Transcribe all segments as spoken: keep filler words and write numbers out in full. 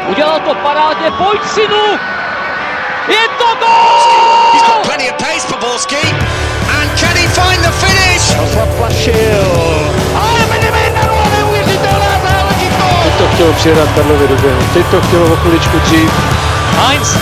Udělal to parádně, pojď synu! Je to gól! He's got plenty of pace for Borski. And can he find the finish? Zaplašil. Ale vedeme jedna nula, neuvěřitelná záležitost! Teď to chtělo přijedat Karlovi do běhu, teď to chtělo o chviličku dřív. Heinz!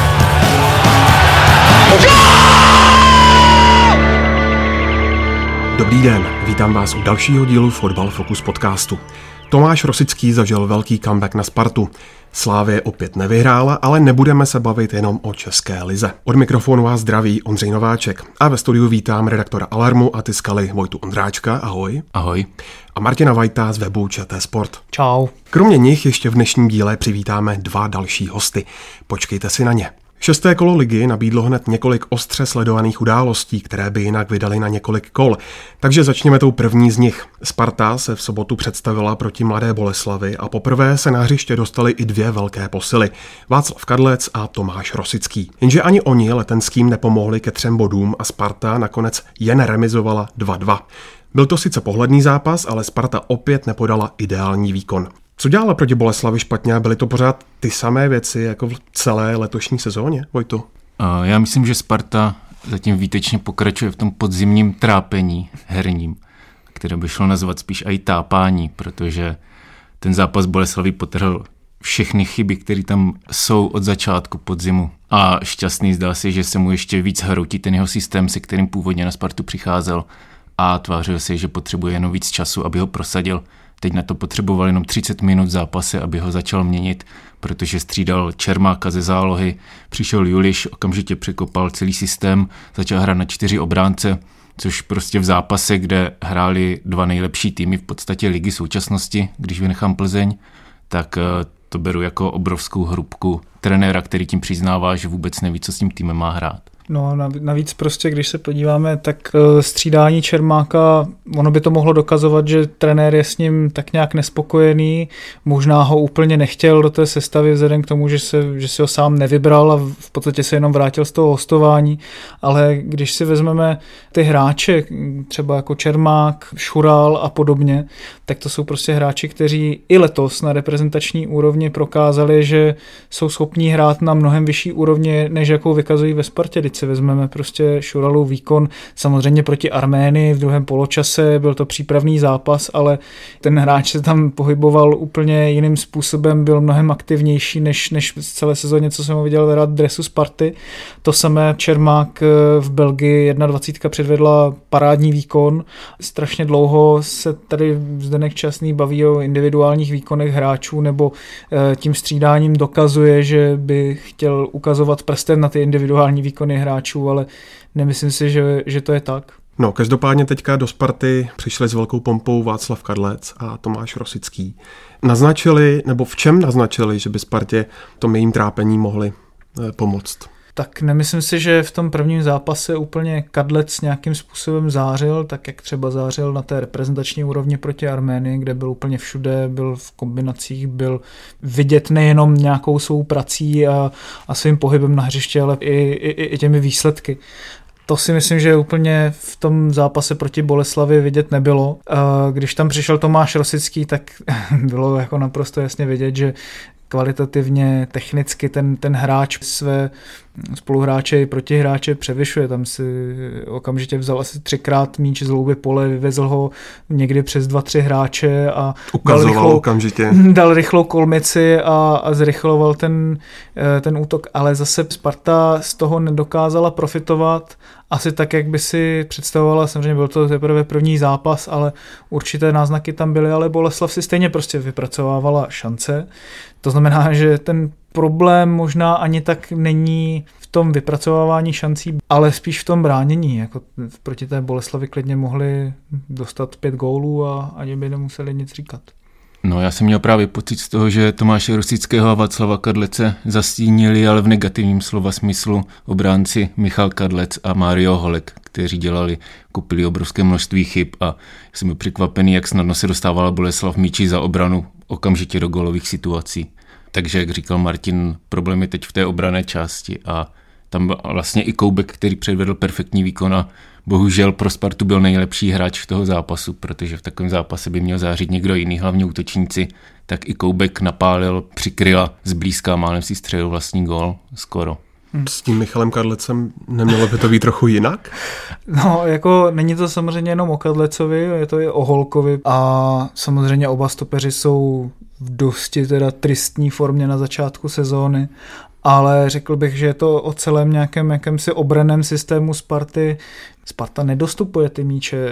Dobrý den, vítám vás u dalšího dílu Fotbal Focus podcastu. Tomáš Rosický zažil velký comeback na Spartu. Slavie opět nevyhrála, ale nebudeme se bavit jenom o české lize. Od mikrofonu vás zdraví Ondřej Nováček a ve studiu vítám redaktora Alarmu a Tiskaly Vojtu Ondráčka, ahoj. Ahoj. A Martina Vajta z webu ČT Sport. Čau. Kromě nich ještě v dnešním díle přivítáme dva další hosty. Počkejte si na ně. Šesté kolo ligy nabídlo hned několik ostře sledovaných událostí, které by jinak vydali na několik kol. Takže začněme tou první z nich. Sparta se v sobotu představila proti Mladé Boleslavi a poprvé se na hřiště dostali i dvě velké posily. Václav Kadlec a Tomáš Rosický. Jenže ani oni Letenským nepomohli ke třem bodům a Sparta nakonec jen remizovala dva dva. Byl to sice pohledný zápas, ale Sparta opět nepodala ideální výkon. Co dělala proti Boleslavi špatně? Byly to pořád ty samé věci jako v celé letošní sezóně, Vojtu? Já myslím, že Sparta zatím výtečně pokračuje v tom podzimním trápení herním, které by šlo nazvat spíš i tápání, protože ten zápas Boleslavy potrhl všechny chyby, které tam jsou od začátku podzimu. A šťastný zdá se, že se mu ještě víc hroutí ten jeho systém, se kterým původně na Spartu přicházel a tvářil se, že potřebuje jenom víc času, aby ho prosadil. Teď na to potřeboval jenom třicet minut v zápase, aby ho začal měnit, protože střídal Čermáka ze zálohy, přišel Juliš, okamžitě překopal celý systém, začal hrát na čtyři obránce, což prostě v zápase, kde hráli dva nejlepší týmy v podstatě ligy současnosti, když vynechám Plzeň, tak to beru jako obrovskou hrubku trenéra, který tím přiznává, že vůbec neví, co s tím týmem má hrát. No navíc prostě, když se podíváme, tak střídání Čermáka, ono by to mohlo dokazovat, že trenér je s ním tak nějak nespokojený, možná ho úplně nechtěl do té sestavy vzhledem k tomu, že se, že si ho sám nevybral a v podstatě se jenom vrátil z toho hostování, ale když si vezmeme ty hráče, třeba jako Čermák, Šural a podobně, tak to jsou prostě hráči, kteří i letos na reprezentační úrovni prokázali, že jsou schopní hrát na mnohem vyšší úrovni, než jakou vykazují ve Spartě. Teď si vezmeme prostě Šuralův výkon, samozřejmě proti Arménii v druhém poločase, byl to přípravný zápas, ale ten hráč se tam pohyboval úplně jiným způsobem, byl mnohem aktivnější než, než v celé sezóně, co jsem ho viděl hrát v dresu Sparty. To samé Čermák v Belgii, dvacet jedna předvedla parádní výkon. Strašně dlouho se tady Zdeněk Časný baví o individuálních výkonech hráčů nebo tím střídáním dokazuje, že by chtěl ukazovat prstem na ty individuální výkony hráčů, ale nemyslím si, že, že to je tak. No, každopádně teďka do Sparty přišli s velkou pompou Václav Kadlec a Tomáš Rosický. Naznačili, nebo v čem naznačili, že by Spartě tom jejím trápení mohli eh, pomoct? Tak nemyslím si, že v tom prvním zápase úplně Kadlec nějakým způsobem zářil, tak jak třeba zářil na té reprezentační úrovni proti Arménii, kde byl úplně všude, byl v kombinacích, byl vidět nejenom nějakou svou prací a, a svým pohybem na hřiště, ale i, i, i těmi výsledky. To si myslím, že úplně v tom zápase proti Boleslavi vidět nebylo. Když tam přišel Tomáš Rosický, tak bylo jako naprosto jasně vidět, že kvalitativně, technicky ten, ten hráč své spoluhráče i protihráče převyšuje. Tam si okamžitě vzal asi třikrát míč z hlouby pole, vyvezl ho někdy přes dva, tři hráče a ukazoval dal rychlou, okamžitě. Dal rychlou kolmici a, a zrychloval ten, ten útok. Ale zase Sparta z toho nedokázala profitovat asi tak, jak by si představovala. Samozřejmě byl to teprve první zápas, ale určité náznaky tam byly, ale Boleslav si stejně prostě vypracovávala šance. To znamená, že ten problém možná ani tak není v tom vypracovávání šancí, ale spíš v tom bránění. Jako proti té Boleslavi klidně mohli dostat pět gólů a ani by nemuseli nic říkat. No, já jsem měl právě pocit z toho, že Tomáše Rosického a Václava Kadlece zastínili, ale v negativním slova smyslu, obránci Michal Kadlec a Mario Holek, kteří dělali, kupili obrovské množství chyb a jsem byl překvapený, jak snadno se dostávala Boleslav míči za obranu okamžitě do gólových situací. Takže, jak říkal Martin, problém je teď v té obranné části a tam vlastně i Koubek, který předvedl perfektní výkon a bohužel pro Spartu byl nejlepší hráč toho zápasu, protože v takovém zápase by měl zářit někdo jiný, hlavně útočníci, tak i Koubek napálil, přikryl zblízka, málem si střelil vlastní gól skoro. S tím Michalem Kadlecem nemělo by to být trochu jinak? No, jako není to samozřejmě jenom o Kadlecovi, je to i o Holkovi a samozřejmě oba stopeři jsou v dosti teda tristní formě na začátku sezóny, ale řekl bych, že je to o celém nějakém jakémsi obranném systému Sparty. Sparta nedostupuje ty míče,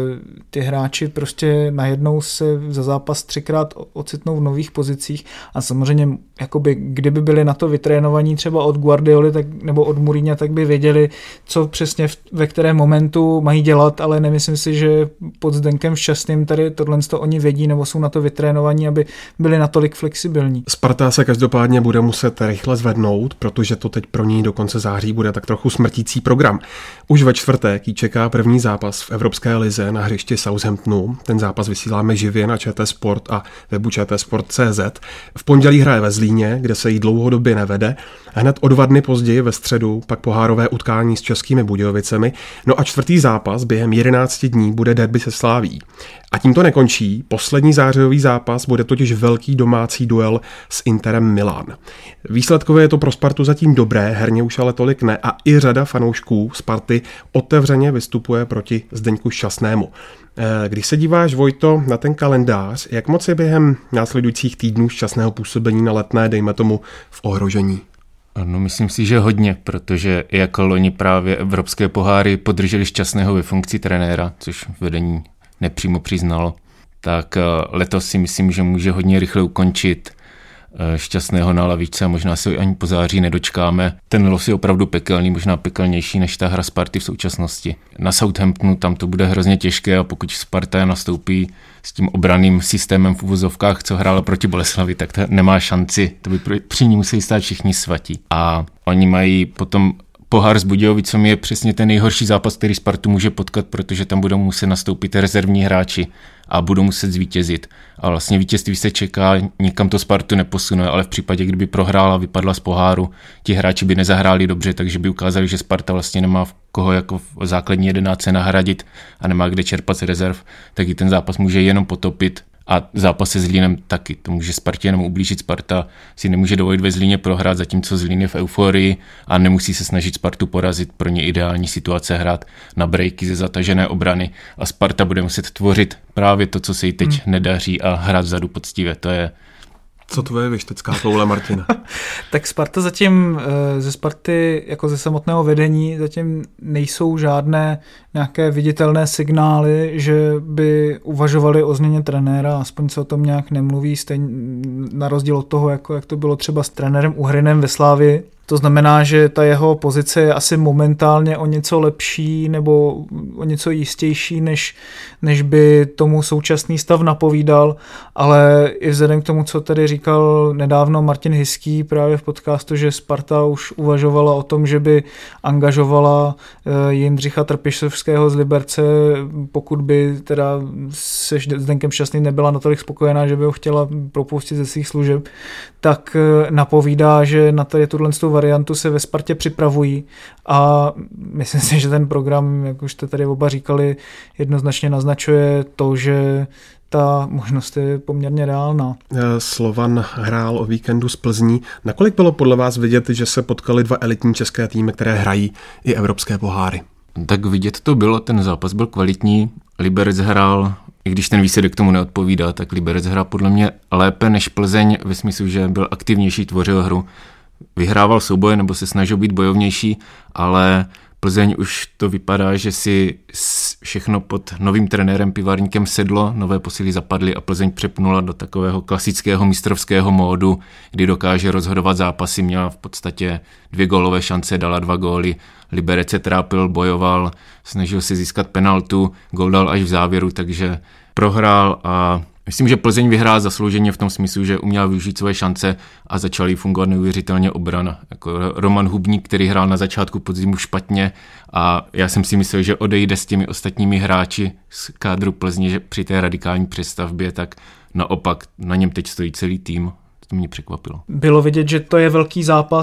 ty hráči prostě najednou se za zápas třikrát ocitnou v nových pozicích a samozřejmě jakoby, kdyby byli na to vytrénovaní třeba od Guardioli tak, nebo od Mourinha, tak by věděli, co přesně v, ve kterém momentu mají dělat, ale nemyslím si, že pod Zdenkem Šťastným tady tohle to oni vědí nebo jsou na to vytrénovaní, aby byli natolik flexibilní. Sparta se každopádně bude muset rychle zvednout, protože to teď pro ní do konce září bude tak trochu smrtící program. Už ve čtvrtek jí čeká první zápas v Evropské lize na hřišti Southamptonu. Ten zápas vysíláme živě na ČT Sport a webu čtsport tečka cé zet. V pondělí hraje ve Zlíně, kde se jí dlouhodobě nevede. Hned o dva dny později ve středu pak pohárové utkání s Českými Budějovicemi. No a čtvrtý zápas během jedenácti dní bude derby se Slaví. A tím to nekončí. Poslední zářijový zápas bude totiž velký domácí duel s Interem Milán. Výsledkově je to pro Spartu zatím dobré, herně už ale tolik ne a i řada fanoušků Sparty otevřeně vystupuje proti Zdeňku Šťastnému. Když se díváš, Vojto, na ten kalendář, jak moc je během následujících týdnů Šťastného působení na Letné, dejme tomu, v ohrožení? No, myslím si, že hodně, protože jako loni právě evropské poháry podrželi Šťastného ve funkci trenéra, což vedení nepřímo přiznalo, tak letos si myslím, že může hodně rychle ukončit Šťastného na lavičce a možná se ani po září nedočkáme. Ten los je opravdu pekelný, možná pekelnější než ta hra Sparty v současnosti. Na Southamptonu tam to bude hrozně těžké a pokud Sparta nastoupí s tím obranným systémem v uvozovkách, co hrála proti Boleslavi, tak to nemá šanci. To by při ní museli stát všichni svatí. A oni mají potom pohár s Budějovicemi je přesně ten nejhorší zápas, který Spartu může potkat, protože tam budou muset nastoupit rezervní hráči a budou muset zvítězit. A vlastně vítězství se čeká, nikam to Spartu neposune, ale v případě, kdyby prohrála, vypadla z poháru, ti hráči by nezahráli dobře, takže by ukázali, že Sparta vlastně nemá v koho jako v základní jedenáctce nahradit a nemá kde čerpat z rezerv, tak i ten zápas může jenom potopit. A zápas se Zlínem taky. To může Spartě jenom ublížit. Sparta si nemůže dovolit ve Zlíně prohrát, zatímco Zlín je v euforii a nemusí se snažit Spartu porazit. Pro ně ideální situace hrát na breaky ze zatažené obrany a Sparta bude muset tvořit právě to, co se jí teď hmm. nedaří a hrát vzadu poctivě. To je Co tvoje věštecká koule, Martina? Tak Sparta zatím, ze Sparty jako ze samotného vedení zatím nejsou žádné nějaké viditelné signály, že by uvažovali o změně trenéra, aspoň se o tom nějak nemluví, stejně na rozdíl od toho, jako jak to bylo třeba s trenérem Uhrynem ve Slávii. To znamená, že ta jeho pozice je asi momentálně o něco lepší nebo o něco jistější, než, než by tomu současný stav napovídal, ale i vzhledem k tomu, co tady říkal nedávno Martin Hiský právě v podcastu, že Sparta už uvažovala o tom, že by angažovala Jindřicha Trpišovského z Liberce, pokud by teda se Zdenkem Šťastným nebyla natolik spokojená, že by ho chtěla propustit ze svých služeb, tak napovídá, že na tady tuhle variantu se ve Spartě připravují a myslím si, že ten program, jak už jste tady oba říkali, jednoznačně naznačuje to, že ta možnost je poměrně reálná. Slovan hrál o víkendu z Plzní. Nakolik bylo podle vás vidět, že se potkali dva elitní české týmy, které hrají i evropské poháry? Tak vidět to bylo, ten zápas byl kvalitní. Liberec hrál, i když ten výsledek tomu neodpovídá, tak Liberec hrál podle mě lépe než Plzeň, ve smyslu, že byl aktivnější, tvořil hru. Vyhrával souboje nebo se snažil být bojovnější, ale Plzeň už to vypadá, že si všechno pod novým trenérem Pivarníkem sedlo, nové posily zapadly a Plzeň přepnula do takového klasického mistrovského módu, kdy dokáže rozhodovat zápasy, měla v podstatě dvě gólové šance, dala dva góly, Liberec se trápil, bojoval, snažil se získat penaltu, gól dal až v závěru, takže prohrál a myslím, že Plzeň vyhrál zaslouženě v tom smyslu, že uměl využít své šance a začal jí fungovat neuvěřitelně obrana. Jako Roman Hubník, který hrál na začátku podzimu špatně a já jsem si myslel, že odejde s těmi ostatními hráči z kádru Plzně, že při té radikální přestavbě, tak naopak na něm teď stojí celý tým. To mě překvapilo. Bylo vidět, že to je velký zápas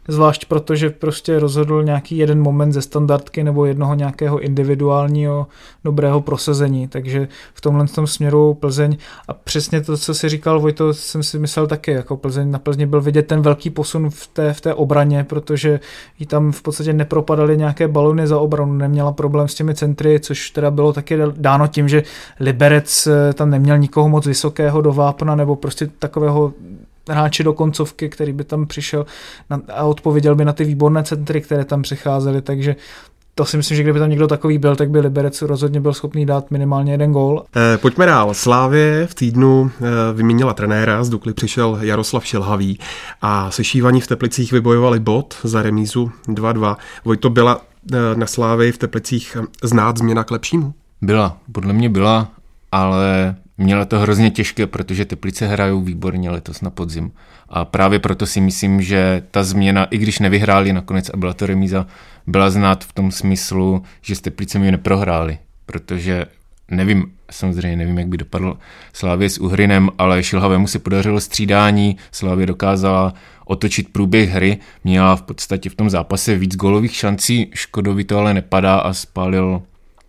zvlášť protože prostě rozhodl nějaký jeden moment ze standardky nebo jednoho nějakého individuálního dobrého prosazení, takže v tomhle tom směru Plzeň a přesně to, co si říkal Vojto, jsem si myslel taky, jako Plzeň, na Plzni byl vidět ten velký posun v té, v té obraně, protože jí tam v podstatě nepropadaly nějaké balony za obranu, neměla problém s těmi centry, což teda bylo taky dáno tím, že Liberec tam neměl nikoho moc vysokého do vápna nebo prostě takového hráče do koncovky, který by tam přišel na, a odpověděl by na ty výborné centry, které tam přicházely, takže to si myslím, že kdyby tam někdo takový byl, tak by Liberec rozhodně byl schopný dát minimálně jeden gól. Eh, pojďme dál. Slávě v týdnu eh, vyměnila trenéra, z Dukly přišel Jaroslav Šilhavý a sešívaní v Teplicích vybojovali bod za remízu dva dva. Vojto, byla eh, na Slávii v Teplicích znát změna k lepšímu? Byla, podle mě byla, ale měla to hrozně těžké, protože Teplice hrajou výborně letos na podzim. A právě proto si myslím, že ta změna, i když nevyhráli nakonec a byla to remíza, byla znát v tom smyslu, že s Teplicemi neprohráli. Protože nevím, samozřejmě nevím, jak by dopadl Slavie s Uhrinem, ale Šilhavému se podařilo střídání, Slavie dokázala otočit průběh hry, měla v podstatě v tom zápase víc gólových šancí, Škodovi to ale nepadá a spálil.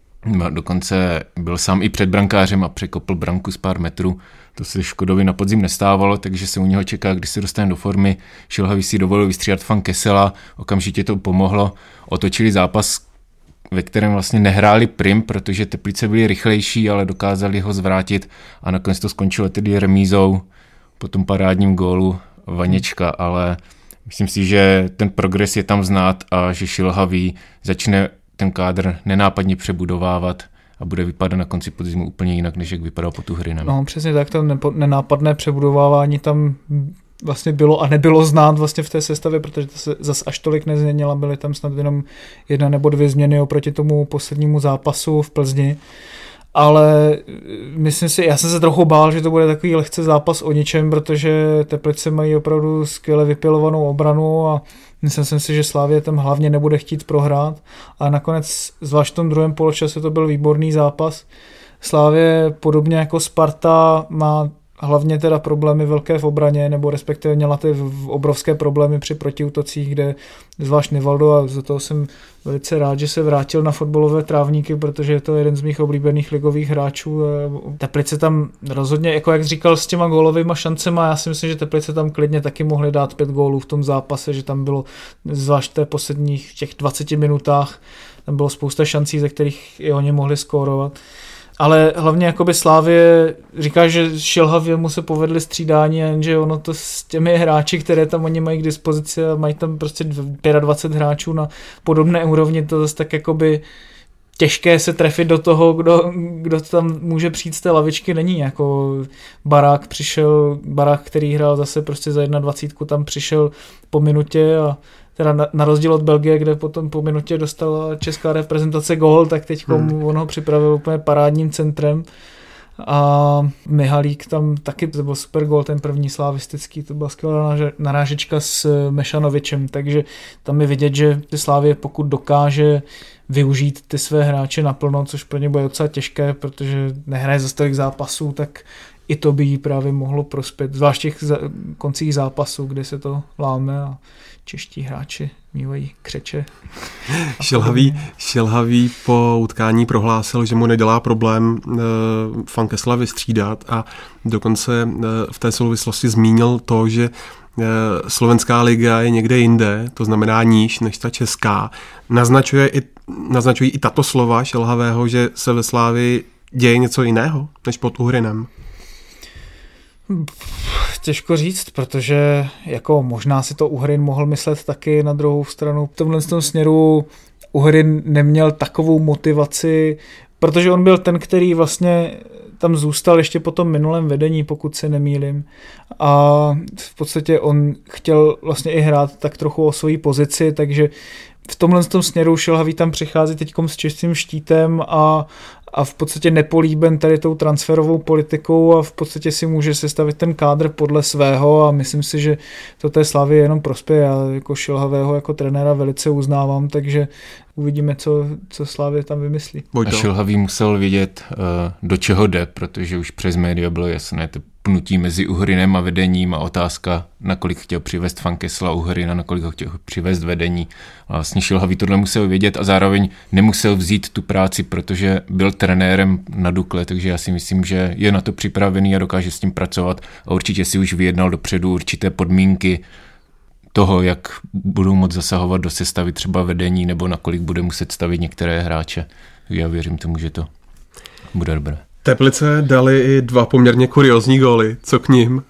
Dokonce byl sám i před brankářem a překopl branku z pár metrů. To se Škodovi na podzim nestávalo, takže se u něho čeká, když se dostane do formy. Šilhavý si dovolil vystřídat Van Kessela, okamžitě to pomohlo. Otočili zápas, ve kterém vlastně nehráli prim, protože Teplice byli rychlejší, ale dokázali ho zvrátit a nakonec to skončilo tedy remízou po tom parádním gólu Vaněčka, ale myslím si, že ten progres je tam znát a že Šilhavý začne ten kádr nenápadně přebudovávat a bude vypadat na konci podzimu úplně jinak, než jak vypadal pod Uhrinem. No přesně tak, to nepo, nenápadné přebudovávání tam vlastně bylo a nebylo znát vlastně v té sestavě, protože to se zas až tolik nezměnila, byly tam snad jenom jedna nebo dvě změny oproti tomu poslednímu zápasu v Plzni. Ale myslím si, já jsem se trochu bál, že to bude takový lehce zápas o ničem, protože Teplice mají opravdu skvěle vypilovanou obranu a myslím si, že Slavie tam hlavně nebude chtít prohrát. A nakonec, zvlášť v tom druhém poločase, to byl výborný zápas. Slavie, podobně jako Sparta, má hlavně teda problémy velké v obraně, nebo respektive měla ty obrovské problémy při protiútocích, kde zvlášť Nivaldo, a za toho jsem velice rád, že se vrátil na fotbalové trávníky, protože je to jeden z mých oblíbených ligových hráčů. Teplice tam rozhodně, jako jak říkal, s těma gólovýma šancema, já si myslím, že Teplice tam klidně taky mohly dát pět gólů v tom zápase, že tam bylo zvlášť v té posledních těch dvaceti minutách, tam bylo spousta šancí, ze kterých i oni mohli skórovat. Ale hlavně jakoby Slávě říká, že Šilhavě mu se povedly střídání, jenže ono to s těmi hráči, které tam oni mají k dispozici a mají tam prostě dvacet pět hráčů na podobné úrovni, to zase tak jakoby těžké se trefit do toho, kdo, kdo tam může přijít z té lavičky, není. Jako Barák přišel, Barák, který hrál zase prostě za dvacet jedna, tam přišel po minutě a teda na, na rozdíl od Belgie, kde potom po minutě dostala česká reprezentace gól, tak teď hmm. on ho připravil úplně parádním centrem a Mihalík tam taky, to byl super gól, ten první slavistický, to byla skvělá narážečka s Mešanovičem, takže tam je vidět, že ty Slávie, pokud dokáže využít ty své hráče naplno, což pro ně bude docela těžké, protože nehraje za tolik zápasů, tak i to by jí právě mohlo prospět, zvlášť v těch koncích zápasů, kde se to láme a čeští hráči mývají křeče. Šilhavý, Šilhavý po utkání prohlásil, že mu nedělá problém uh, Van Kessela vystřídat a dokonce uh, v té souvislosti zmínil to, že uh, slovenská liga je někde jinde, to znamená níž než ta česká. Naznačuje i, naznačují i tato slova Šilhavého, že se ve Slávii děje něco jiného než pod Uhrinem. Těžko říct, protože jako možná si to Uhrin mohl myslet taky, na druhou stranu. V tomhle tom směru Uhrin neměl takovou motivaci, protože on byl ten, který vlastně tam zůstal ještě po tom minulém vedení, pokud se nemýlim. A v podstatě on chtěl vlastně i hrát tak trochu o svoji pozici, takže v tomhle tom směru Šilhavý tam přichází teďkom s čistým štítem a a v podstatě nepolíben tady tou transferovou politikou a v podstatě si může sestavit ten kádr podle svého a myslím si, že to té Slavii jenom prospěje. Já jako Šilhavého jako trenéra velice uznávám, takže uvidíme, co, co Slavie tam vymyslí. A Šilhavý musel vědět, do čeho jde, protože už přes média bylo jasné, to pnutí mezi Uhrinem a vedením a otázka, nakolik chtěl přivést Van Kessela Uhrin a nakolik ho chtěl přivést vedení. Vlastně Šilhavý tohle musel vědět a zároveň nemusel vzít tu práci, protože byl trenérem na Dukle, takže já si myslím, že je na to připravený a dokáže s tím pracovat a určitě si už vyjednal dopředu určité podmínky toho, jak budou moct zasahovat do sestavy třeba vedení nebo nakolik bude muset stavit některé hráče. Já věřím tomu, že to bude dobré. Teplice dali i dva poměrně kuriózní góly. Co k nim?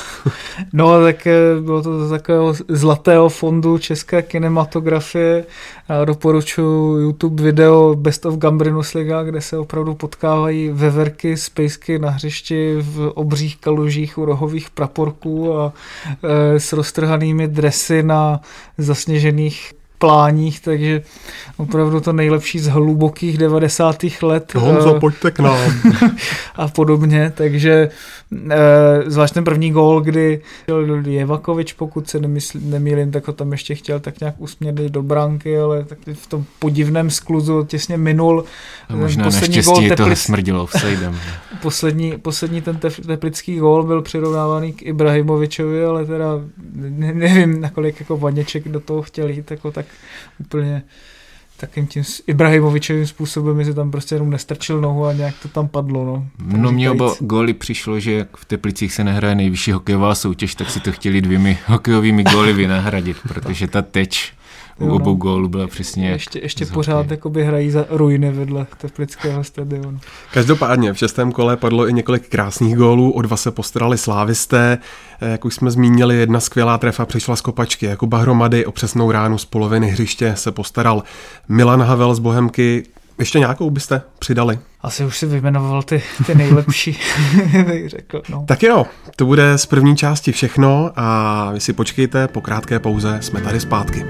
No, tak bylo to z takového zlatého fondu české kinematografie. Já doporučuji YouTube video Best of Gambrinus Liga, kde se opravdu potkávají veverky z pejsky na hřišti v obřích kalužích u rohových praporků a e, s roztrhanými dresy na zasněžených pláních, takže opravdu to nejlepší z hlubokých devadesátých let. Honzo, pojďte k nám. A podobně, takže zvlášť ten první gól, kdy Jevakovič, pokud se nemýlím, tak ho tam ještě chtěl tak nějak usměrnit do bránky, ale tak v tom podivném skluzu těsně minul. A možná naštěstí to smrdilo offsidem. Poslední, poslední ten teplický gól byl přirovnávaný k Ibrahimovičovi, ale teda nevím, nakolik jako Vaněček do toho chtěl jít, jako tak úplně takým tím Ibrahimovičovým způsobem, že tam prostě jenom nestrčil nohu a nějak to tam padlo. No, no mně oba góly přišlo, že jak v Teplicích se nehraje nejvyšší hokejová soutěž, tak si to chtěli dvěmi hokejovými góly vynahradit, protože ta teč u obou gólů byla přesně ještě, ještě pořád jakoby hrají za ruiny vedle teplického stadionu. Každopádně v šestém kole padlo i několik krásných gólů, o dva se postarali slávisté, jak už jsme zmínili, jedna skvělá trefa přišla z kopačky Jakuba Hromady, o přesnou ránu z poloviny hřiště se postaral Milan Havel z Bohemky. Ještě nějakou byste přidali? Asi už si vyjmenoval ty, ty nejlepší, bych řekl. No. Tak jo, to bude z první části všechno a vy si počkejte, po krátké pauze jsme tady zpátky.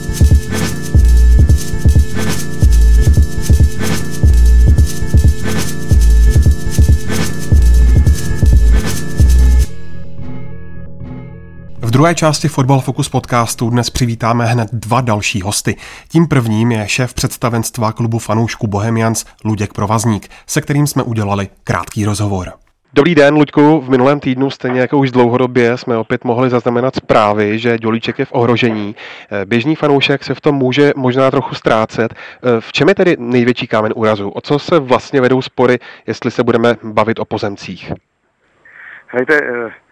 V druhé části Fotbal Focus podcastu dnes přivítáme hned dva další hosty. Tím prvním je šéf představenstva klubu fanoušků Bohemians Luděk Provazník, se kterým jsme udělali krátký rozhovor. Dobrý den, Luďku. V minulém týdnu, stejně jako už dlouhodobě, jsme opět mohli zaznamenat zprávy, že Dělíček je v ohrožení. Běžný fanoušek se v tom může možná trochu ztrácet. V čem je tedy největší kámen úrazu? O co se vlastně vedou spory, jestli se budeme bavit o pozemcích? Hejte,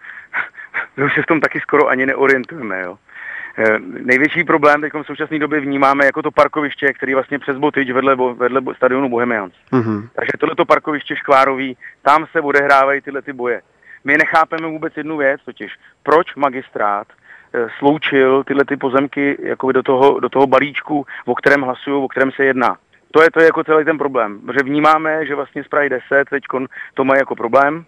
my už se v tom taky skoro ani neorientujeme, jo. E, největší problém teď v současné době vnímáme jako to parkoviště, který vlastně přes Botyč vedle, vedle stadionu Bohemians. Mm-hmm. Takže tohleto parkoviště škvárový, tam se odehrávají tyhle ty boje. My nechápeme vůbec jednu věc, totiž proč magistrát e, sloučil tyhle ty pozemky jako do toho, do toho balíčku, o kterém hlasují, o kterém se jedná. To je to je jako celý ten problém, protože vnímáme, že vlastně z Prahy deset teď to má jako problém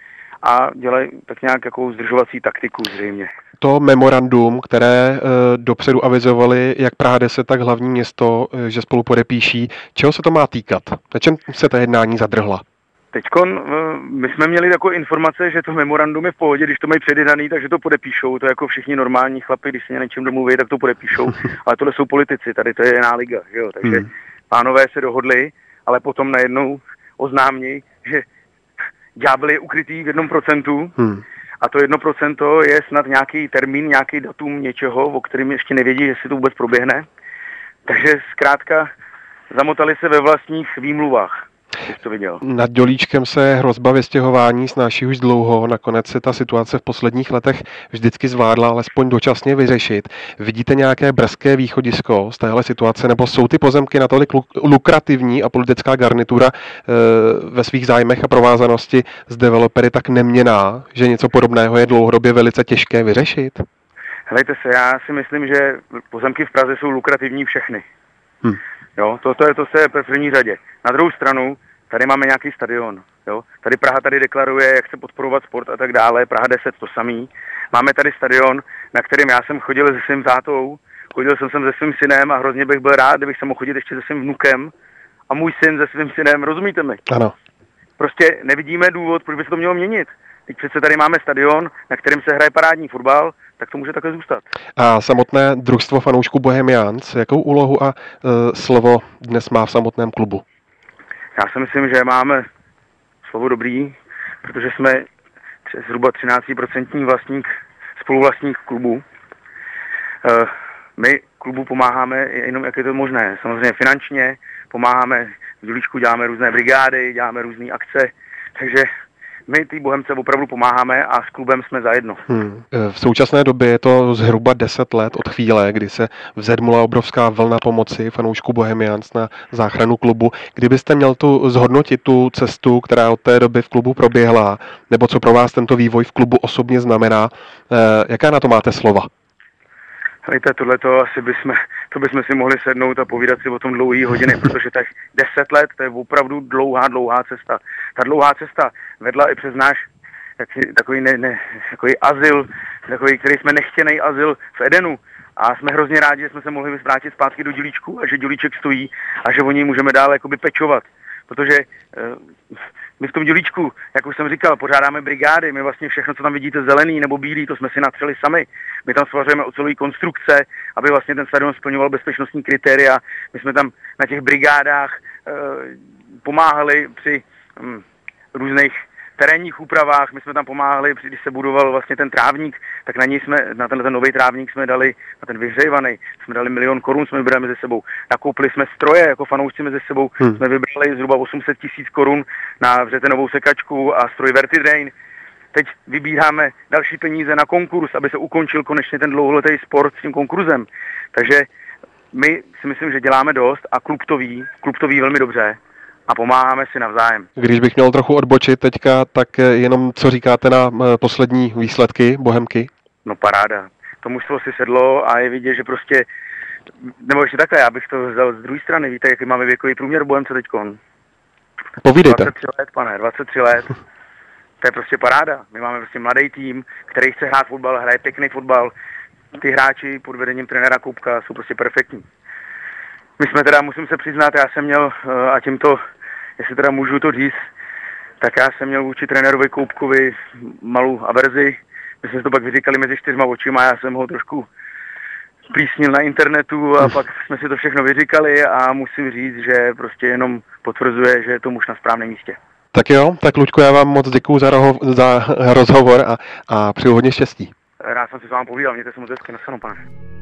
a dělají tak nějak jako zdržovací taktiku zřejmě. To memorandum, které e, dopředu avizovali jak Praha deset, tak hlavní město, e, že spolu podepíší, čeho se to má týkat? Na čem se ta jednání zadrhla? Teďkon, e, my jsme měli takové informace, že to memorandum je v pohodě, když to mají předjednaný, takže to podepíšou. To je jako všichni normální chlapi, když se na něčem domluví, tak to podepíšou. Ale tohle jsou politici, tady to je jiná liga, jo? Takže hmm. pánové se dohodli, ale potom najednou oznámí, že ďábel je ukrytý v jednom procentu hmm. a to jedno procento je snad nějaký termín, nějaký datum něčeho, o kterém ještě nevědí, jestli to vůbec proběhne. Takže zkrátka zamotali se ve vlastních výmluvách. To viděl. Nad Dělíčkem se hrozba vystěhování snáší už dlouho, nakonec se ta situace v posledních letech vždycky zvládla alespoň dočasně vyřešit. Vidíte nějaké brzké východisko z téhle situace, nebo jsou ty pozemky natolik lukrativní a politická garnitura e, ve svých zájmech a provázanosti s developery tak neměnná, že něco podobného je dlouhodobě velice těžké vyřešit? Helejte se, já si myslím, že pozemky v Praze jsou lukrativní všechny. Hmm. Jo, to, to je to se v první řadě. Na druhou stranu, tady máme nějaký stadion. Jo? Tady Praha tady deklaruje, jak chce podporovat sport a tak dále. Praha deset to samý. Máme tady stadion, na kterém já jsem chodil se svým tátou, chodil jsem sem se svým synem a hrozně bych byl rád, kdybych se mohl chodit ještě se svým vnukem a můj syn se svým synem, rozumíte mi? Ano. Prostě nevidíme důvod, proč by se to mělo měnit. Teď přece tady máme stadion, na kterém se hraje parádní fotbal, tak to může takhle zůstat. A samotné družstvo fanoušků Bohemians, jakou úlohu a e, slovo dnes má v samotném klubu? Já si myslím, že máme slovo dobrý, protože jsme zhruba třináct procent vlastník, spoluvlastník klubu. My klubu pomáháme jenom, jak je to možné. Samozřejmě finančně pomáháme, v Dělíčku děláme různé brigády, děláme různé akce, takže my ty Bohemce opravdu pomáháme a s klubem jsme zajedno. Hmm. V současné době je to zhruba deset let od chvíle, kdy se vzedmula obrovská vlna pomoci fanoušků Bohemians na záchranu klubu. Kdybyste měl tu zhodnotit tu cestu, která od té doby v klubu proběhla, nebo co pro vás tento vývoj v klubu osobně znamená, jaká na to máte slova? Hejte, tohleto asi bychom, to bychom si mohli sednout a povídat si o tom dlouhý hodiny, protože tak deset let, to je opravdu dlouhá, dlouhá cesta. Ta dlouhá cesta vedla i přes náš takový, ne, ne, takový azyl, takový, který jsme nechtěnej azyl v Edenu. A jsme hrozně rádi, že jsme se mohli vrátit zpátky do Dělíčku a že Dělíček stojí a že o něj můžeme dále jakoby pečovat. Protože uh, my v tom Dělíčku, jak už jsem říkal, pořádáme brigády, my vlastně všechno, co tam vidíte zelený nebo bílý, to jsme si natřeli sami. My tam stvařujeme ocelové konstrukce, aby vlastně ten stadion splňoval bezpečnostní kritéria. My jsme tam na těch brigádách uh, pomáhali při um, různých terénních úpravách, my jsme tam pomáhali, když se budoval vlastně ten trávník, tak na něj jsme, na tenhle ten nový trávník jsme dali, na ten vyhřejvaný, jsme dali milion korun, jsme vybrali mezi sebou. Nakoupili jsme stroje, jako fanoušci mezi sebou, hmm. jsme vybrali zhruba osm set tisíc korun na vřetenovou sekačku a stroj Vertidrain. Teď vybíráme další peníze na konkurs, aby se ukončil konečně ten dlouholetý sport s tím konkurzem. Takže my si myslím, že děláme dost a klub to ví, klub to ví velmi dobře. A pomáháme si navzájem. Když bych měl trochu odbočit teďka, tak jenom co říkáte na poslední výsledky Bohemky? No paráda. To mužstvo si sedlo a je vidět, že prostě, nebo ještě takhle, já bych to vzal z druhé strany, víte, jaký máme věkový průměr Bohemce teďkon? Povídejte. dvacet tři let, pane, dvacet tři let. To je prostě paráda. My máme prostě mladý tým, který chce hrát fotbal, hraje pěkný fotbal. Ty hráči pod vedením trenéra Koubka jsou prostě perfektní. My jsme teda, musím se přiznat, já jsem měl, a tímto, jestli teda můžu to říct, tak já jsem měl vůči trenérovi Koubkovi malou averzi. My jsme to pak vyříkali mezi čtyřma očima, já jsem ho trošku plísnil na internetu a pak jsme si to všechno vyříkali a musím říct, že prostě jenom potvrzuje, že je to muž na správném místě. Tak jo, tak Luďku, já vám moc děkuju za, roho- za rozhovor a, a přeju hodně štěstí. Rád jsem si s vámi povídal, mějte se moc hezky, nasledanou, pane.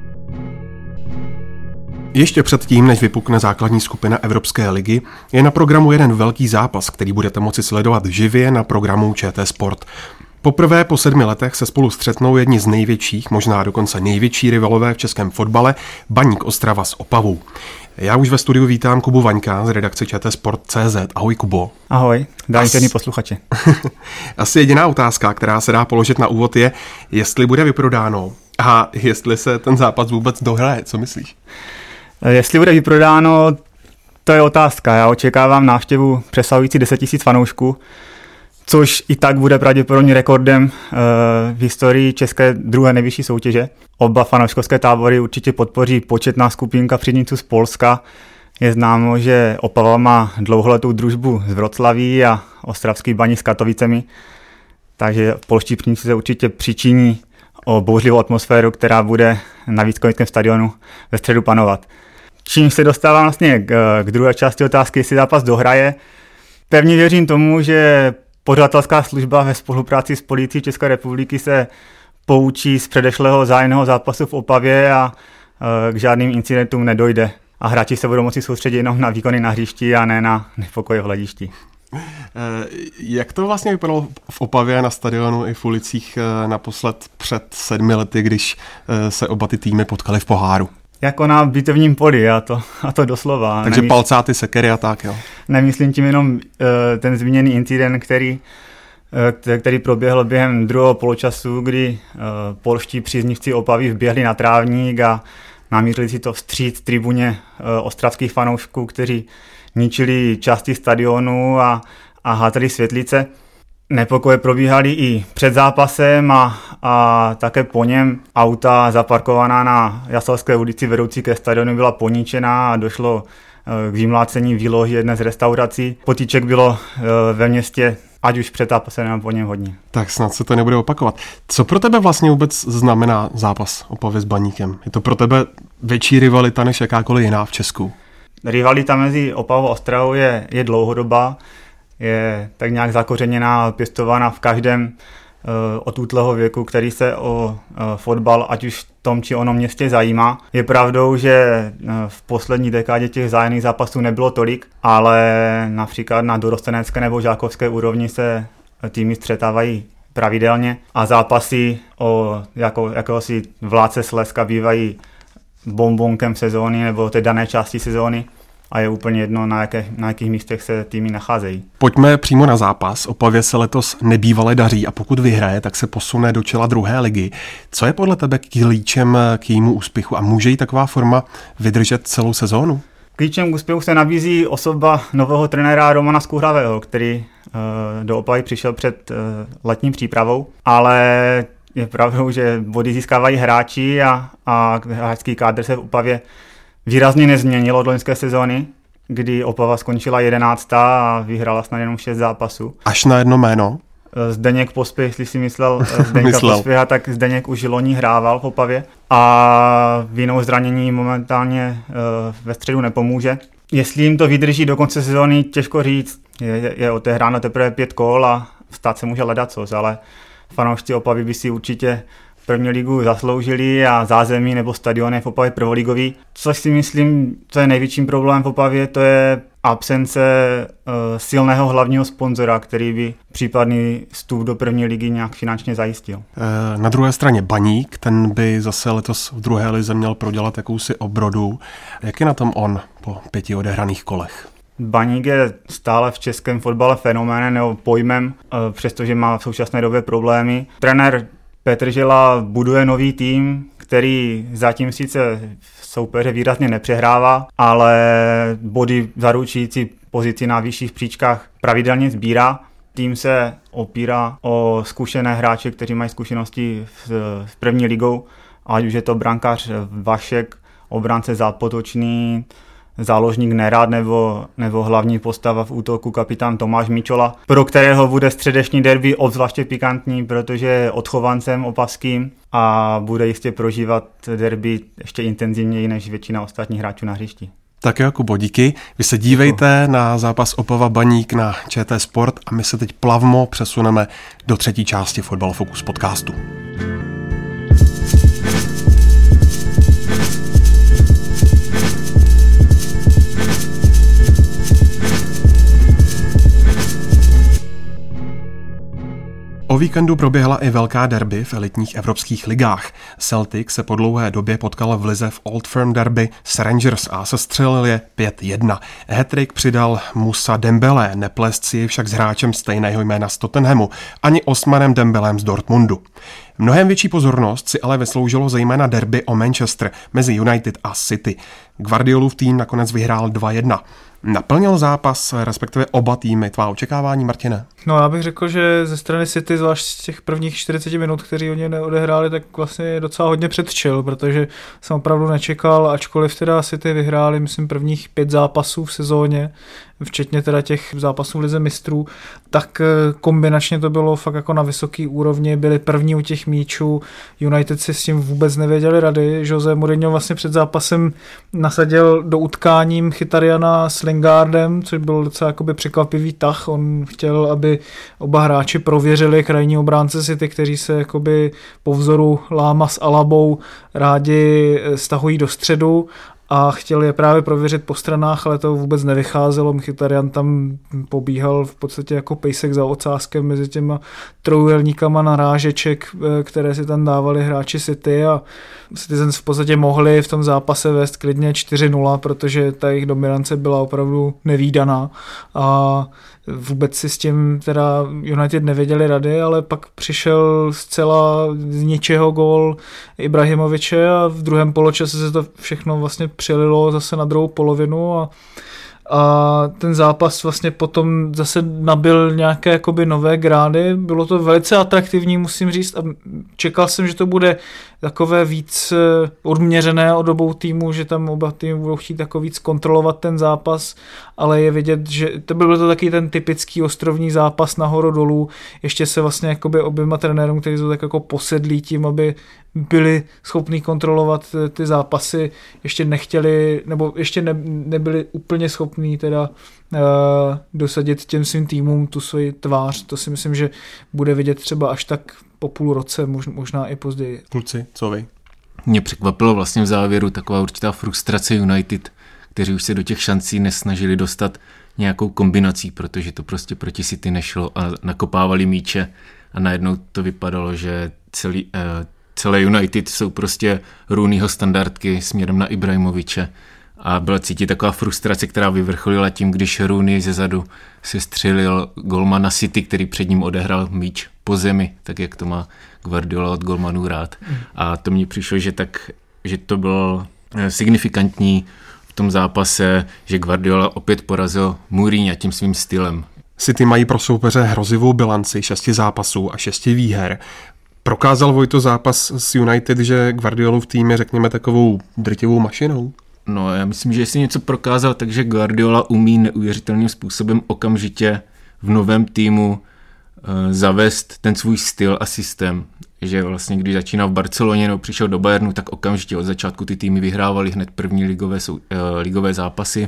Ještě předtím, než vypukne základní skupina Evropské ligy, je na programu jeden velký zápas, který budete moci sledovat živě na programu ČT Sport. Poprvé po sedmi letech se spolu střetnou jedni z největších, možná dokonce největší rivalové v českém fotbale, Baník Ostrava s Opavou. Já už ve studiu vítám Kubu Vaňka z redakce ČT Sport tečka cé zet. Ahoj, Kubo. Ahoj, dájte posluchači. Asi jediná otázka, která se dá položit na úvod je, jestli bude vyprodáno a jestli se ten zápas vůbec dohraje. Co myslíš? Jestli bude vyprodáno, to je otázka. Já očekávám návštěvu přesahující deset tisíc fanoušků, což i tak bude pravděpodobně rekordem v historii české druhé nejvyšší soutěže. Oba fanouškovské tábory určitě podpoří početná skupinka příznivců z Polska. Je známo, že Opava má dlouholetou družbu z Vroclaví a ostravský Baník s Katovicemi, takže polští příznivci se určitě přičiní o bouřlivou atmosféru, která bude na Vítkovickém stadionu ve středu panovat. Čím se dostávám vlastně k, k druhé části otázky, jestli zápas dohraje. Pevně věřím tomu, že pořadatelská služba ve spolupráci s policií České republiky se poučí z předešlého zájemného zápasu v Opavě a e, k žádným incidentům nedojde. A hráči se budou moci soustředit jenom na výkony na hřišti a ne na nepokoje v hledišti. Jak to vlastně vypadalo v Opavě na stadionu i v ulicích naposled před sedmi lety, když se oba ty týmy potkali v poháru? Jako na bitevním poli, a to, a to doslova. Takže Nemysl... palcáty, sekery a tak, jo? Nemyslím tím jenom uh, ten zmíněný incident, který, uh, který proběhl během druhého poločasu, kdy uh, polští příznivci Opavy vběhli na trávník a namířili si to vstříc tribuně uh, ostravských fanoušků, kteří ničili části stadionu a, a házeli světlice. Nepokoje probíhaly i před zápasem a, a také po něm. Auta zaparkovaná na Jaselské ulici vedoucí ke stadionu byla poničená a došlo k vymlácení výlohy jedné z restaurací. Potýček bylo ve městě ať už před zápasem nebo po něm hodně. Tak snad se to nebude opakovat. Co pro tebe vlastně vůbec znamená zápas Opavy s Baníkem? Je to pro tebe větší rivalita než jakákoliv jiná v Česku? Rivalita mezi Opavou a Ostravou je, je dlouhodobá. Je tak nějak zakořeněná, pěstována v každém od útlého věku, který se o fotbal, ať už v tom či onom městě zajímá. Je pravdou, že v poslední dekádě těch vzájemných zápasů nebylo tolik, ale například na dorostenecké nebo žákovské úrovni se týmy střetávají pravidelně a zápasy o jako, jakéhosi vládce Slezska bývají bombonkem sezóny nebo té dané části sezóny a je úplně jedno, na, jaké, na jakých místech se týmy nacházejí. Pojďme přímo na zápas. Opavě se letos nebývale daří a pokud vyhraje, tak se posune do čela druhé ligy. Co je podle tebe klíčem k jejímu úspěchu a může jí taková forma vydržet celou sezónu? Klíčem k úspěchu se nabízí osoba nového trenéra Romana Skuhravého, který uh, do Opavy přišel před uh, letní přípravou, ale je pravdou, že body získávají hráči a, a hráčský kádr se v Opavě výrazně nezměnilo od loňské sezóny, kdy Opava skončila jedenáctá a vyhrála snad jenom šest zápasů. Až na jedno jméno? Zdeněk Pospěch, jestli si myslel Zdeňka Pospěcha, tak Zdeněk už loni hrával v Opavě a vinou zranění momentálně ve středu nepomůže. Jestli jim to vydrží do konce sezóny, těžko říct. Je, je odehráno teprve pět kol a stát se může ledacos, ale fanoušci Opavy by si určitě první ligu zasloužili a zázemí nebo stadion je v Opavě prvoligový. Což si myslím, co je největším problém v Opavě, to je absence uh, silného hlavního sponzora, který by případný vstup do první ligy nějak finančně zajistil. E, na druhé straně Baník, ten by zase letos v druhé lize měl prodělat jakousi obrodu. Jak je na tom on po pěti odehraných kolech? Baník je stále v českém fotbale fenoménem nebo pojmem, uh, přestože má v současné době problémy. Trenér Petr Žela buduje nový tým, který zatím sice soupeře výrazně nepřehrává, ale body zaručující pozici na vyšších příčkách pravidelně sbírá. Tým se opírá o zkušené hráče, kteří mají zkušenosti s, s první ligou, ať už je to brankář Vašek, obránce Zápotočný, záložník Nerad nebo, nebo hlavní postava v útoku kapitán Tomáš Mičola, pro kterého bude středeční derby obzvláště pikantní, protože je odchovancem opavským a bude jistě prožívat derby ještě intenzivněji než většina ostatních hráčů na hřišti. Tak jo, Kubo, díky. Vy se dívejte Děkuji. Na zápas Opava Baník na Č T Sport a my se teď plavmo přesuneme do třetí části Fotbal Focus podcastu. O víkendu proběhla i velká derby v elitních evropských ligách. Celtic se po dlouhé době potkal v lize v Old Firm derby s Rangers a sestřelil je pět jedna. Hat-trick přidal Moussa Dembélé, neplést si však s hráčem stejného jména z Tottenhamu, ani Osmanem Dembélem z Dortmundu. Mnohem větší pozornost si ale vysloužilo zejména derby o Manchester mezi United a City. Guardiolův tým nakonec vyhrál dva jedna. Naplnil zápas, respektive oba týmy, tvá očekávání, Martine? No já bych řekl, že ze strany City, zvlášť z těch prvních čtyřicet minut, kteří oni neodehráli, tak vlastně docela hodně předčil, protože jsem opravdu nečekal, ačkoliv teda City vyhráli, myslím, prvních pět zápasů v sezóně, včetně teda těch zápasů v lize mistrů, tak kombinačně to bylo fakt jako na vysoký úrovni, byli první u těch míčů, United si s tím vůbec nevěděli rady, Jose Mourinho vlastně před zápasem nasadil do utkání Mkhitarjana s Lingardem, což byl docela jakoby překvapivý tah, on chtěl, aby oba hráči prověřili krajní obránce City, kteří se jakoby po vzoru Láma s Alabou rádi stahují do středu a chtěl je právě prověřit po stranách, ale to vůbec nevycházelo. Mkhitaryan tam pobíhal v podstatě jako pejsek za ocáskem mezi těma trojuhelníkama narážeček, které si tam dávali hráči City a Citizens v podstatě mohli v tom zápase vést klidně čtyři nula, protože ta jejich dominance byla opravdu nevídaná a vůbec si s tím teda United nevěděli rady, ale pak přišel zcela z ničeho gól Ibrahimoviče a v druhém poločase se to všechno vlastně přelilo zase na druhou polovinu a a ten zápas vlastně potom zase nabyl nějaké jakoby nové grády, bylo to velice atraktivní, musím říct, a čekal jsem, že to bude takové víc odměřené od obou týmů, že tam oba týmy budou chtít jako víc kontrolovat ten zápas, ale je vidět, že to byl to taky ten typický ostrovní zápas nahoru dolů, ještě se vlastně jakoby oběma trenérům, kteří jsou tak jako posedlí tím, aby byli schopní kontrolovat ty zápasy, ještě nechtěli, nebo ještě ne, nebyli úplně schopní schopný teda uh, dosadit těm svým týmům tu svoji tvář. To si myslím, že bude vidět třeba až tak po půl roce, možná i později. Kluci, co vy? Mě překvapilo vlastně v závěru taková určitá frustrace United, kteří už se do těch šancí nesnažili dostat nějakou kombinací, protože to prostě proti City nešlo a nakopávali míče a najednou to vypadalo, že celý, uh, celé United jsou prostě Rooneyho standardky směrem na Ibrahimoviče a byla cítit taková frustrace, která vyvrcholila tím, když Rooney zezadu se střelil golmana City, který před ním odehrál míč po zemi, tak jak to má Guardiola od golmanů rád. A to mně přišlo, že, tak, že to bylo signifikantní v tom zápase, že Guardiola opět porazil Mourinha tím svým stylem. City mají pro soupeře hrozivou bilanci šesti zápasů a šesti výher. Prokázal Vojto zápas s United, že Guardiolův tým je, řekněme, takovou drtivou mašinou? No, já myslím, že jestli něco prokázal, takže Guardiola umí neuvěřitelným způsobem okamžitě v novém týmu uh, zavést ten svůj styl a systém. Že vlastně, když začínal v Barceloně nebo přišel do Bayernu, tak okamžitě od začátku ty týmy vyhrávali hned první ligové, uh, ligové zápasy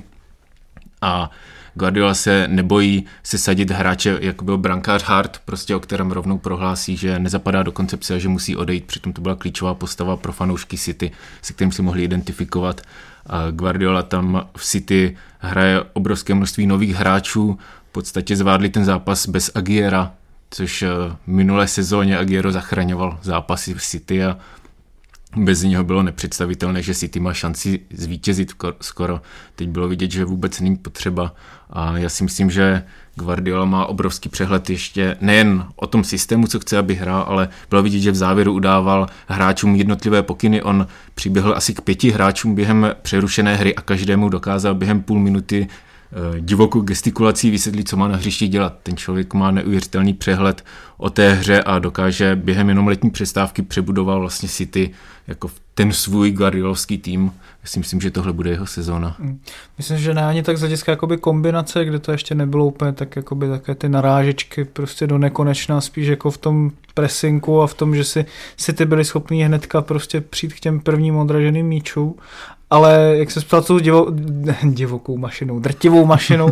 a Guardiola se nebojí se sadit hráče, jako byl brankář Hart, prostě o kterém rovnou prohlásí, že nezapadá do koncepce a že musí odejít. Přitom to byla klíčová postava pro fanoušky City, se kterým si mohli identifikovat. A Guardiola tam v City hraje obrovské množství nových hráčů, v podstatě zvládli ten zápas bez Aguiera, což v minulé sezóně Aguero zachraňoval zápasy v City a bez něho bylo nepředstavitelné, že City má šanci zvítězit skoro. Teď bylo vidět, že vůbec není potřeba a já si myslím, že Guardiola má obrovský přehled ještě nejen o tom systému, co chce, aby hrál, ale bylo vidět, že v závěru udával hráčům jednotlivé pokyny. On přiběhl asi k pěti hráčům během přerušené hry a každému dokázal během půl minuty divokou gestikulací vysvětlit, co má na hřišti dělat. Ten člověk má neuvěřitelný přehled o té hře a dokáže během jenom letní přestávky přebudovat vlastně City jako ten svůj guardiolovský tým. Já si myslím, že tohle bude jeho sezóna. Myslím, že ne ani tak z hlediska jakoby kombinace, kde to ještě nebylo úplně tak jakoby také ty narážečky prostě do nekonečna, spíš jako v tom presinku a v tom, že si City byli schopní hnedka prostě přijít k těm prvním odraženým míčům. Ale jak se ptal tou divo, divokou mašinou, drtivou mašinou,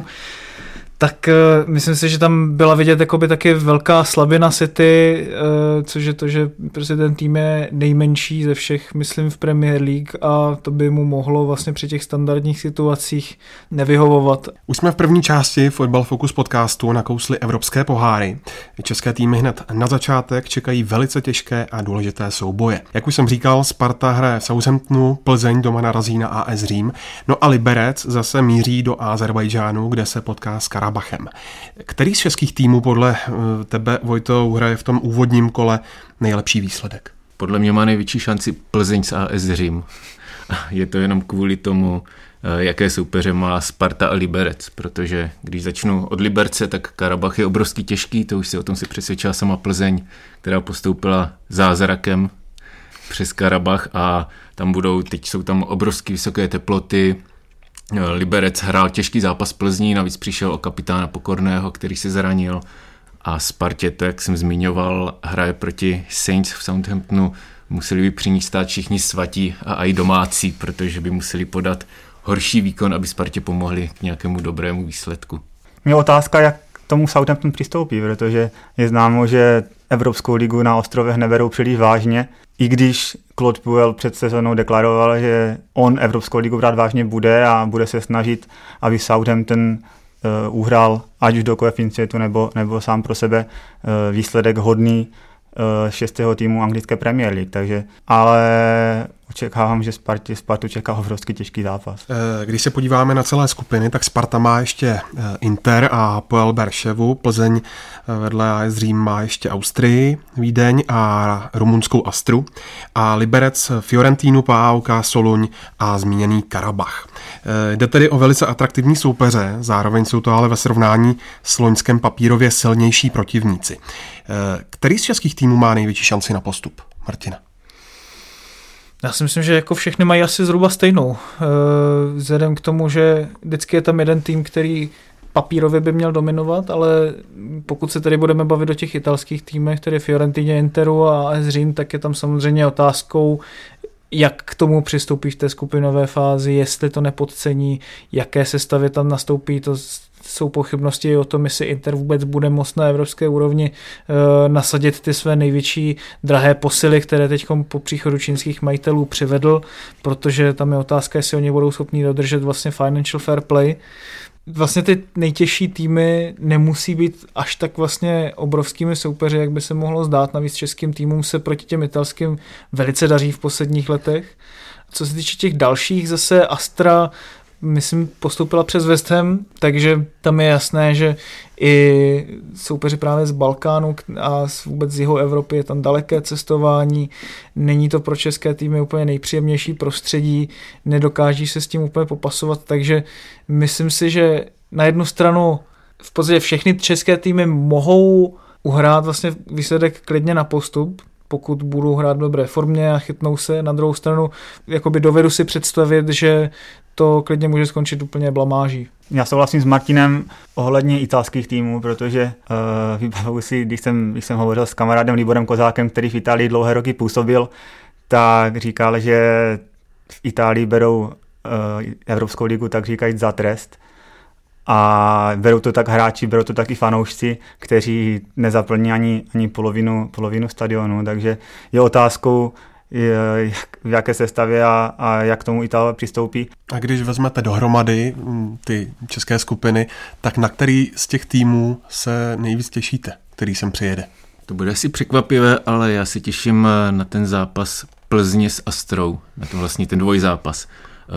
tak uh, myslím si, že tam byla vidět jakoby taky velká slabina City, uh, což je to, že prostě ten tým je nejmenší ze všech, myslím, v Premier League a to by mu mohlo vlastně při těch standardních situacích nevyhovovat. Už jsme v první části Fotbal Focus podcastu nakousli evropské poháry. České týmy hned na začátek čekají velice těžké a důležité souboje. Jak už jsem říkal, Sparta hraje v Southamptonu, Plzeň doma narazí na A S Řím, no a Liberec zase míří do Azerbajdžánu, kde se potká s Karabachem. Který z českých týmů podle tebe, Vojto, hraje v tom úvodním kole nejlepší výsledek? Podle mě má největší šanci Plzeň s A S Řím. Je to jenom kvůli tomu, jaké soupeře má Sparta a Liberec, protože když začnu od Liberce, tak Karabach je obrovský těžký, to už si o tom si přesvědčila sama Plzeň, která postoupila zázrakem přes Karabach a tam budou, teď jsou tam obrovské vysoké teploty. Liberec hrál těžký zápas Plzní, navíc přišel o kapitána Pokorného, který se zranil a Spartě, to jak jsem zmiňoval, hraje proti Saints v Southamptonu, museli by při ní stát všichni svatí a i domácí, protože by museli podat horší výkon, aby Spartě pomohli k nějakému dobrému výsledku. Mě otázka, jak tomu Southampton přistoupí, protože je známo, že Evropskou ligu na ostrovech neberou příliš vážně, i když Claude Puel před sezónou deklaroval, že on Evropskou ligu brát vážně bude a bude se snažit, aby Southampton uh, uhrál ať už do koeficientu nebo, nebo sám pro sebe uh, výsledek hodný uh, šestého týmu anglické Premier League. Takže, ale očekávám, že Spartě, Spartu čeká obrovský těžký zápas. Když se podíváme na celé skupiny, tak Sparta má ještě Inter a Hapoel Berševu, Plzeň vedle A S Řím má ještě Austrii, Vídeň a rumunskou Astru a Liberec Fiorentínu, P A O K Soluň a zmíněný Karabach. Jde tedy o velice atraktivní soupeře, zároveň jsou to ale ve srovnání s loňském papírově silnější protivníci. Který z českých týmů má největší šanci na postup? Martina. Já si myslím, že jako všechny mají asi zhruba stejnou. Vzhledem k tomu, že vždycky je tam jeden tým, který papírově by měl dominovat, ale pokud se tady budeme bavit o těch italských týmech, tedy Fiorentině, Interu a A S Řím, tak je tam samozřejmě otázkou, jak k tomu přistoupí v té skupinové fázi, jestli to nepodcení, jaké sestavy tam nastoupí, to jsou pochybnosti o tom, jestli Inter vůbec bude moct na evropské úrovni e, nasadit ty své největší drahé posily, které teď po příchodu čínských majitelů přivedl, protože tam je otázka, jestli oni budou schopni dodržet vlastně financial fair play. Vlastně ty nejtěžší týmy nemusí být až tak vlastně obrovskými soupeři, jak by se mohlo zdát. Navíc českým týmům se proti těm italským velice daří v posledních letech. Co se týče těch dalších, zase Astra myslím, postoupila přes West Ham, takže tam je jasné, že i soupeři právě z Balkánu a vůbec z jihu Evropy je tam daleké cestování, není to pro české týmy úplně nejpříjemnější prostředí, nedokáží se s tím úplně popasovat, takže myslím si, že na jednu stranu v podstatě všechny české týmy mohou uhrát vlastně výsledek klidně na postup, pokud budou hrát v dobré formě a chytnou se. Na druhou stranu jakoby dovedu si představit, že to klidně může skončit úplně blamáží. Já souhlasím s Martinem ohledně italských týmů, protože uh, vybavuji si, když jsem, když jsem hovořil s kamarádem Liborem Kozákem, který v Itálii dlouhé roky působil, tak říkal, že v Itálii berou uh, Evropskou ligu, tak říkají za trest. A berou to tak hráči, berou to tak i fanoušci, kteří nezaplní ani, ani polovinu, polovinu stadionu, takže je otázkou, jak, v jaké sestavě a, a jak tomu Italové přistoupí. A když vezmete dohromady ty české skupiny, tak na který z těch týmů se nejvíc těšíte, který sem přijede? To bude asi překvapivé, ale já se těším na ten zápas Plzně s Astrou, na to vlastně ten dvojzápas,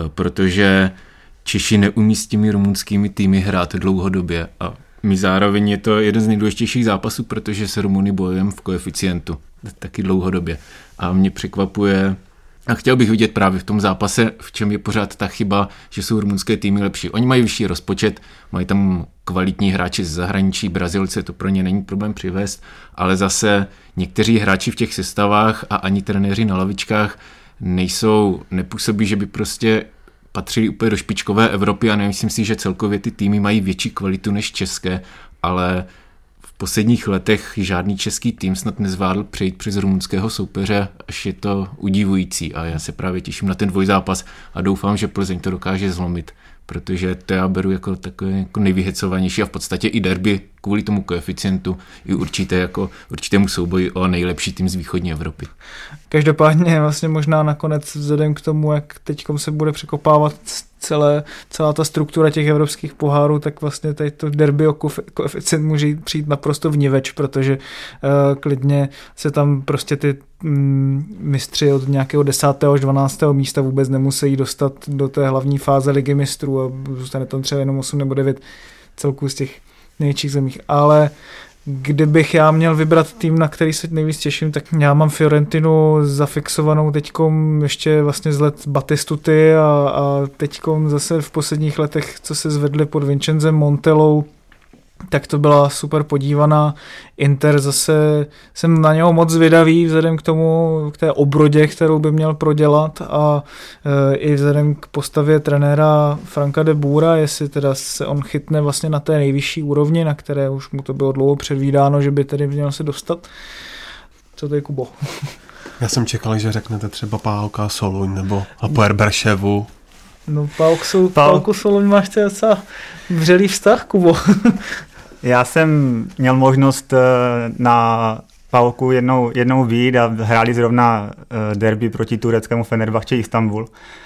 protože Češi neumí s těmi rumunskými týmy hrát dlouhodobě a my zároveň je to jeden z nejdůležitějších zápasů, protože se Rumuny bojujeme v koeficientu taky dlouhodobě. A mě překvapuje, a chtěl bych vidět právě v tom zápase, v čem je pořád ta chyba, že jsou rumunské týmy lepší. Oni mají vyšší rozpočet, mají tam kvalitní hráči z zahraničí, Brazilce, to pro ně není problém přivést, ale zase někteří hráči v těch sestavách a ani trenéři na lavičkách nejsou, nepůsobí, že by prostě patřili úplně do špičkové Evropy a nemyslím si, že celkově ty týmy mají větší kvalitu než české, ale v posledních letech žádný český tým snad nezvládl přejít přes rumunského soupeře, až je to udivující a já se právě těším na ten dvojzápas a doufám, že Plzeň to dokáže zlomit, protože to já beru jako takové jako nejvyhecovanější a v podstatě i derby kvůli tomu koeficientu i určité jako, určitému souboji o nejlepší tým z východní Evropy. Každopádně vlastně možná nakonec vzhledem k tomu, jak teďkom se bude překopávat celé, celá ta struktura těch evropských pohárů, tak vlastně tady to derby o koeficient může přijít naprosto vniveč, protože uh, klidně se tam prostě ty mm, mistři od nějakého desátého až dvanáctého místa vůbec nemusí dostat do té hlavní fáze ligy mistrů a zůstane tam třeba jenom osm nebo devět celků z těch největších zemích, ale kdybych já měl vybrat tým, na který se nejvíc těším, tak já mám Fiorentinu zafixovanou teďkom ještě vlastně z let Batistuty a, a teďkom zase v posledních letech, co se zvedli pod Vincenzem Montellou, tak to byla super podívaná. Inter zase jsem na něho moc zvědavý vzhledem k tomu, k té obrodě, kterou by měl prodělat a e, i vzhledem k postavě trenéra Franka de Boera, jestli teda se on chytne vlastně na té nejvyšší úrovni, na které už mu to bylo dlouho předvídáno, že by tedy měl se dostat. Co to je, Kubo? Já jsem čekal, že řeknete třeba Pálka Soluň nebo Hapoel Berševu. No Pálku, Pálku Soluň máš to docela vřelý vztah, Kubo. Já jsem měl možnost na Pálku jednou, jednou vyjít a hráli zrovna derby proti tureckému Fenerbahče Istanbul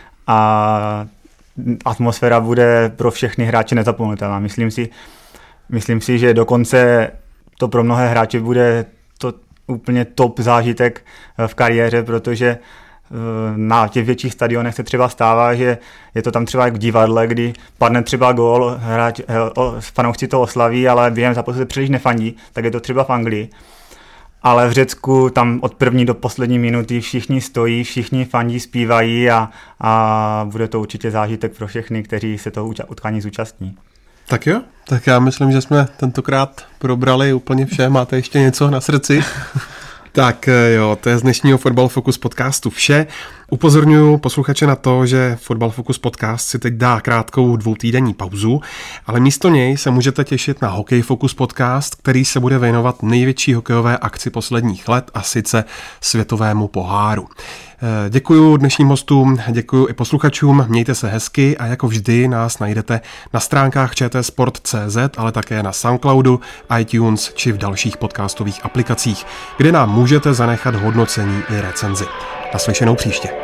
a atmosféra bude pro všechny hráče nezapomenutelná. Myslím si, myslím si, že dokonce to pro mnohé hráče bude to úplně top zážitek v kariéře, protože na těch větších stadionech se třeba stává, že je to tam třeba jak v divadle, kdy padne třeba gól, hráč, fanoušci to oslaví, ale během zápasu se příliš nefandí, tak je to třeba v Anglii. Ale v Řecku tam od první do poslední minuty všichni stojí, všichni fandí, zpívají a, a bude to určitě zážitek pro všechny, kteří se toho utkání zúčastní. Tak jo, tak já myslím, že jsme tentokrát probrali úplně vše. Máte ještě něco na srdci? Tak jo, to je z dnešního Fotbal Focus podcastu vše. Upozorňuji posluchače na to, že Fotbal Focus podcast si teď dá krátkou dvoutýdenní pauzu, ale místo něj se můžete těšit na Hokej Focus podcast, který se bude věnovat největší hokejové akci posledních let a sice světovému poháru. Děkuju dnešním hostům, děkuju i posluchačům, mějte se hezky a jako vždy nás najdete na stránkách č t sport tečka cé zet, ale také na Soundcloudu, iTunes či v dalších podcastových aplikacích, kde nám můžete zanechat hodnocení i recenzi. Naslyšenou příště.